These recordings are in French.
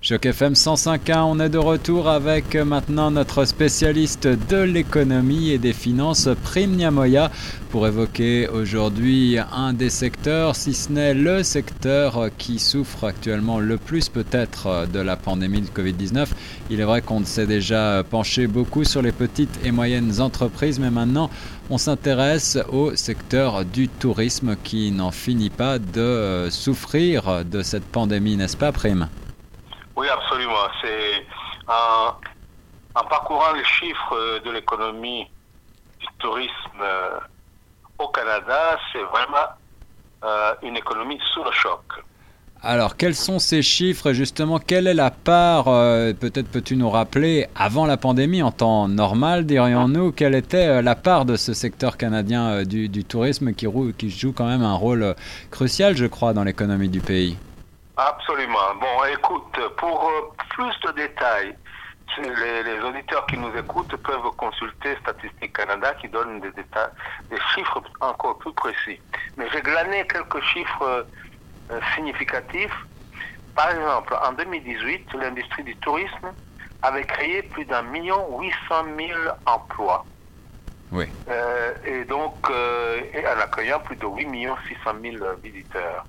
Choc FM 105.1, on est de retour avec maintenant notre spécialiste de l'économie et des finances, Prime Nyamoya, pour évoquer aujourd'hui un des secteurs, si ce n'est le secteur qui souffre actuellement le plus peut-être de la pandémie de Covid-19. Il est vrai qu'on s'est déjà penché beaucoup sur les petites et moyennes entreprises, mais maintenant on s'intéresse au secteur du tourisme qui n'en finit pas de souffrir de cette pandémie, n'est-ce pas, Prime ? Oui, absolument. C'est en parcourant les chiffres de l'économie du tourisme au Canada, c'est vraiment une économie sous le choc. Alors, quels sont ces chiffres? Justement, quelle est la part, peut-être peux-tu nous rappeler, avant la pandémie, en temps normal, dirions-nous, quelle était la part de ce secteur canadien du tourisme qui joue quand même un rôle crucial, je crois, dans l'économie du pays? Absolument. Bon, écoute, pour plus de détails, les auditeurs qui nous écoutent peuvent consulter Statistique Canada qui donne des chiffres encore plus précis. Mais j'ai glané quelques chiffres significatifs. Par exemple, en 2018, l'industrie du tourisme avait créé plus d'1,8 million emplois. Oui. Et donc, en accueillant plus de 8,6 millions visiteurs,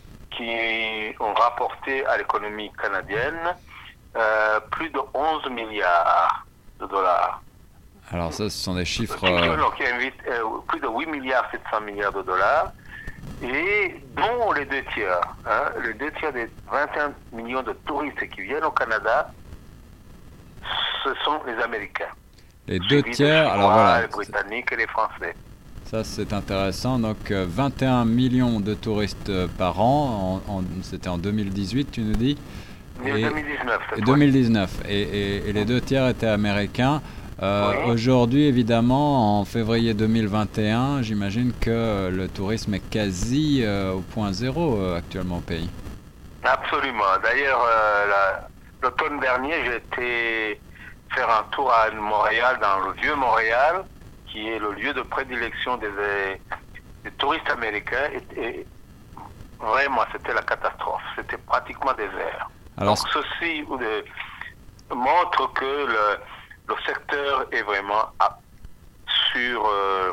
qui ont rapporté à l'économie canadienne plus de 11 milliards de dollars. Alors ça, ce sont des chiffres... Qui invitent plus de 8 milliards 700 milliards de dollars, et dont les deux tiers. Les deux tiers des 21 millions de touristes qui viennent au Canada, ce sont les Américains. Les deux tiers, alors voilà. Les Britanniques et les Français. Ça, c'est intéressant. Donc, 21 millions de touristes par an. C'était en 2018, tu nous dis. Et 2019. Et 2019. Et les deux tiers étaient américains. Oui. Aujourd'hui, évidemment, en février 2021, j'imagine que le tourisme est quasi au point zéro actuellement au pays. Absolument. D'ailleurs, l'automne dernier, j'ai été faire un tour à Montréal, dans le vieux Montréal, qui est le lieu de prédilection des touristes américains, et vraiment, c'était la catastrophe. C'était pratiquement désert. Alors, donc, ceci montre que le secteur est vraiment sur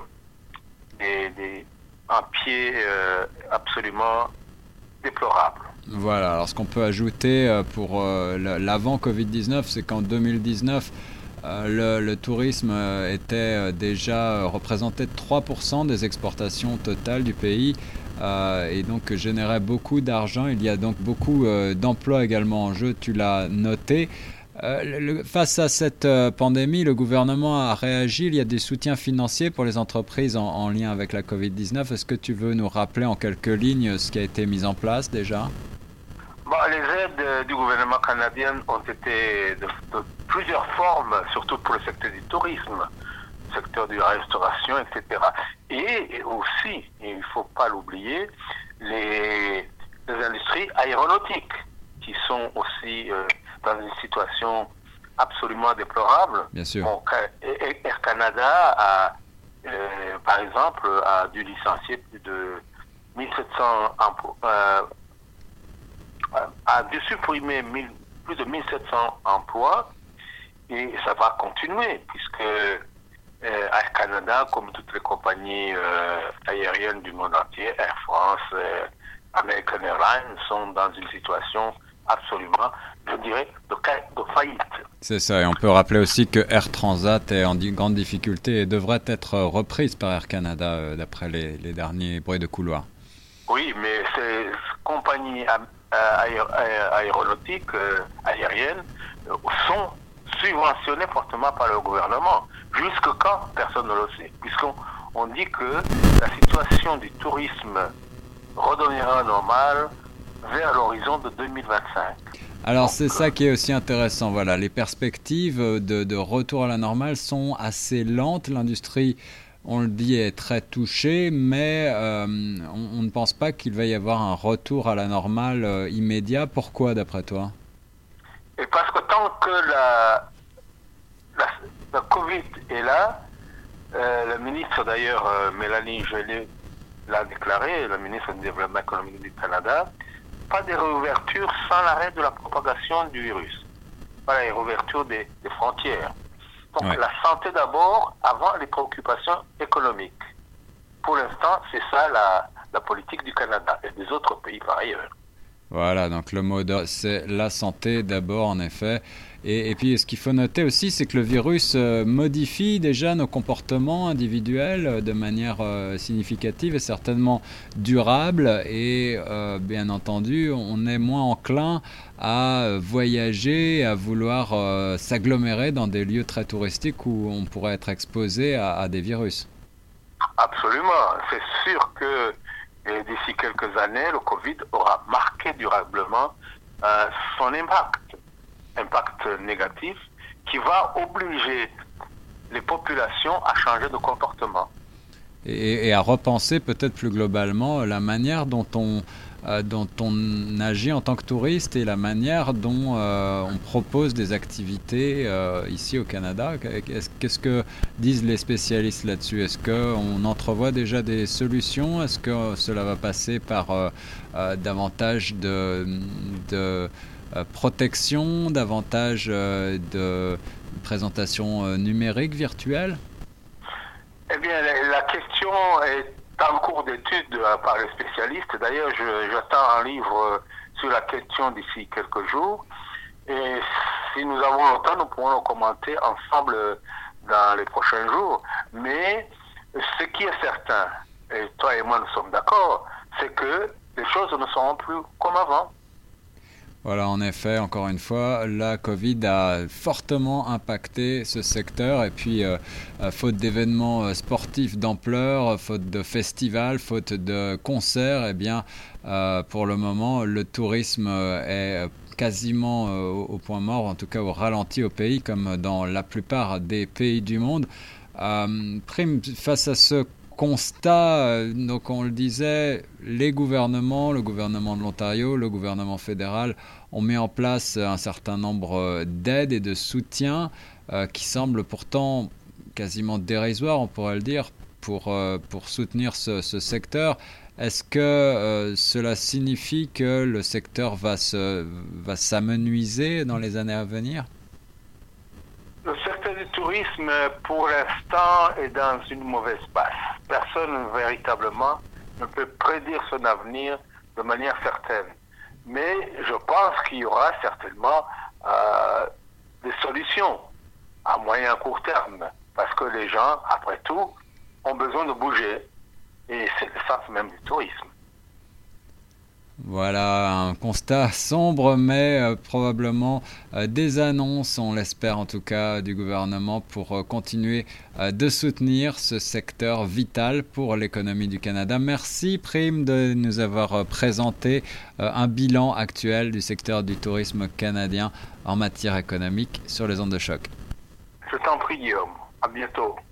un pied absolument déplorable. Voilà, alors ce qu'on peut ajouter pour l'avant Covid-19, c'est qu'en 2019, le tourisme était déjà représentait 3% des exportations totales du pays et donc générait beaucoup d'argent. Il y a donc beaucoup d'emplois également en jeu, tu l'as noté. Face à cette pandémie, le gouvernement a réagi. Il y a des soutiens financiers pour les entreprises en lien avec la Covid-19. Est-ce que tu veux nous rappeler en quelques lignes ce qui a été mis en place déjà? Les aides du gouvernement canadien ont été de plusieurs formes, surtout pour le secteur du tourisme, le secteur de la restauration, etc. Et aussi, il ne faut pas l'oublier, les industries aéronautiques qui sont aussi dans une situation absolument déplorable. Bien sûr. Donc, Air Canada, par exemple, a dû licencier plus de 1700 emplois. A dû supprimer plus de 1700 emplois, et ça va continuer puisque Air Canada, comme toutes les compagnies aériennes du monde entier, Air France, American Airlines, sont dans une situation absolument, je dirais, de faillite. C'est ça, et on peut rappeler aussi que Air Transat est en grande difficulté et devrait être reprise par Air Canada d'après les derniers bruits de couloir. Oui, mais ces compagnies aéronautiques, aériennes, sont subventionnées fortement par le gouvernement. Jusque quand, personne ne le sait. Puisqu'on dit que la situation du tourisme redeviendra normale vers l'horizon de 2025. Alors c'est ça qui est aussi intéressant. Voilà, les perspectives de retour à la normale sont assez lentes. L'industrie, on le dit, est très touchée, mais on ne pense pas qu'il va y avoir un retour à la normale immédiat. Pourquoi, d'après toi? Et parce que tant que la Covid est là, le ministre d'ailleurs, Mélanie Joly, l'a déclaré, le ministre du Développement économique du Canada, pas de réouverture sans l'arrêt de la propagation du virus. Voilà, les réouvertures des frontières. Donc Ouais. la santé d'abord, avant les préoccupations économiques. Pour l'instant, c'est ça la politique du Canada et des autres pays par ailleurs. Voilà, donc le mot c'est la santé d'abord, en effet. Et puis, ce qu'il faut noter aussi, c'est que le virus modifie déjà nos comportements individuels de manière significative et certainement durable. Et bien entendu, on est moins enclin à voyager, à vouloir s'agglomérer dans des lieux très touristiques où on pourrait être exposé à des virus. Absolument. C'est sûr que d'ici quelques années, le Covid aura marqué durablement son impact négatif, qui va obliger les populations à changer de comportement. Et à repenser peut-être plus globalement la manière dont on agit en tant que touriste et la manière dont on propose des activités ici au Canada. Qu'est-ce que disent les spécialistes là-dessus? Est-ce qu'on entrevoit déjà des solutions? Est-ce que cela va passer par davantage de protection, davantage de présentation numérique, virtuelle? Eh bien, la question est en cours d'étude par les spécialistes. D'ailleurs, j'attends un livre sur la question d'ici quelques jours. Et si nous avons le temps, nous pourrons le commenter ensemble dans les prochains jours. Mais ce qui est certain, et toi et moi nous sommes d'accord, c'est que les choses ne seront plus comme avant. Voilà, en effet, encore une fois, la Covid a fortement impacté ce secteur et puis, faute d'événements sportifs d'ampleur, faute de festivals, faute de concerts, eh bien, pour le moment, le tourisme est quasiment au point mort, en tout cas au ralenti au pays, comme dans la plupart des pays du monde. Prime, face à ce constat, donc on le disait, les gouvernements, le gouvernement de l'Ontario, le gouvernement fédéral ont mis en place un certain nombre d'aides et de soutiens qui semblent pourtant quasiment dérisoires, on pourrait le dire, pour soutenir ce secteur. Est-ce que cela signifie que le secteur va s'amenuiser dans les années à venir? Le secteur du tourisme, pour l'instant, est dans une mauvaise passe. Personne véritablement ne peut prédire son avenir de manière certaine. Mais je pense qu'il y aura certainement des solutions à moyen et court terme. Parce que les gens, après tout, ont besoin de bouger. Et c'est le sens même du tourisme. Voilà, un constat sombre, mais probablement des annonces, on l'espère en tout cas, du gouvernement pour continuer de soutenir ce secteur vital pour l'économie du Canada. Merci Prime de nous avoir présenté un bilan actuel du secteur du tourisme canadien en matière économique sur les ondes de choc. Je t'en prie Guillaume, à bientôt.